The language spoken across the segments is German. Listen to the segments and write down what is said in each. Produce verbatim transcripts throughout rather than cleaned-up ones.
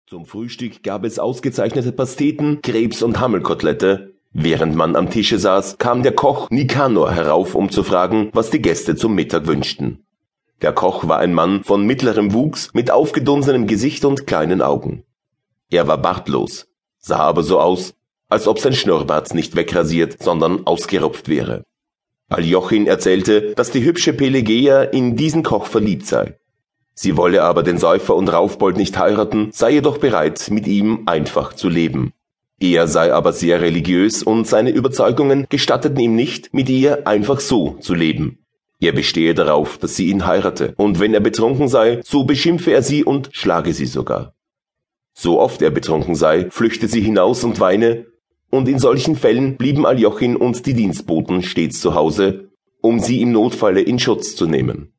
Zum Frühstück gab es ausgezeichnete Pasteten, Krebs und Hammelkotelette. Während man am Tische saß, kam der Koch Nikanor herauf, um zu fragen, was die Gäste zum Mittag wünschten. Der Koch war ein Mann von mittlerem Wuchs, mit aufgedunsenem Gesicht und kleinen Augen. Er war bartlos, sah aber so aus, als ob sein Schnurrbart nicht wegrasiert, sondern ausgerupft wäre. Aljochin erzählte, dass die hübsche Pelageia in diesen Koch verliebt sei. Sie wolle aber den Säufer und Raufbold nicht heiraten, sei jedoch bereit, mit ihm einfach zu leben. Er sei aber sehr religiös und seine Überzeugungen gestatteten ihm nicht, mit ihr einfach so zu leben. Er bestehe darauf, dass sie ihn heirate, und wenn er betrunken sei, so beschimpfe er sie und schlage sie sogar. So oft er betrunken sei, flüchte sie hinaus und weine, und in solchen Fällen blieben Aljochin und die Dienstboten stets zu Hause, um sie im Notfalle in Schutz zu nehmen.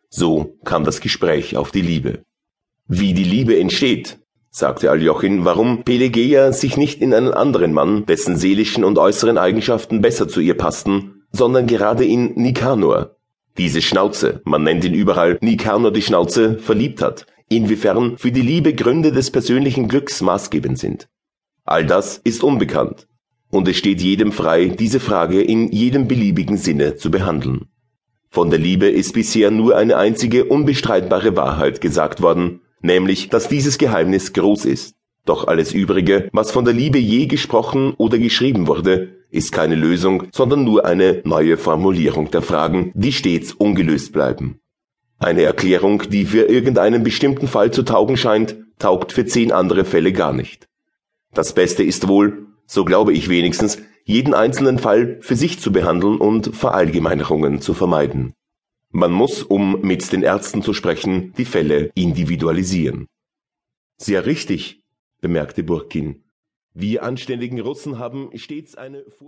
So kam das Gespräch auf die Liebe. Wie die Liebe entsteht, sagte Aljochin, warum Pelageia sich nicht in einen anderen Mann, dessen seelischen und äußeren Eigenschaften besser zu ihr passten, sondern gerade in Nikanor, diese Schnauze, man nennt ihn überall Nikanor die Schnauze, verliebt hat, inwiefern für die Liebe Gründe des persönlichen Glücks maßgebend sind. All das ist unbekannt, und es steht jedem frei, diese Frage in jedem beliebigen Sinne zu behandeln. Von der Liebe ist bisher nur eine einzige unbestreitbare Wahrheit gesagt worden, nämlich, dass dieses Geheimnis groß ist. Doch alles Übrige, was von der Liebe je gesprochen oder geschrieben wurde, ist keine Lösung, sondern nur eine neue Formulierung der Fragen, die stets ungelöst bleiben. Eine Erklärung, die für irgendeinen bestimmten Fall zu taugen scheint, taugt für zehn andere Fälle gar nicht. Das Beste ist wohl, so glaube ich wenigstens, jeden einzelnen Fall für sich zu behandeln und Verallgemeinerungen zu vermeiden. Man muss, um mit den Ärzten zu sprechen, die Fälle individualisieren. Sehr richtig, bemerkte Burkin. Wir anständigen Russen haben stets eine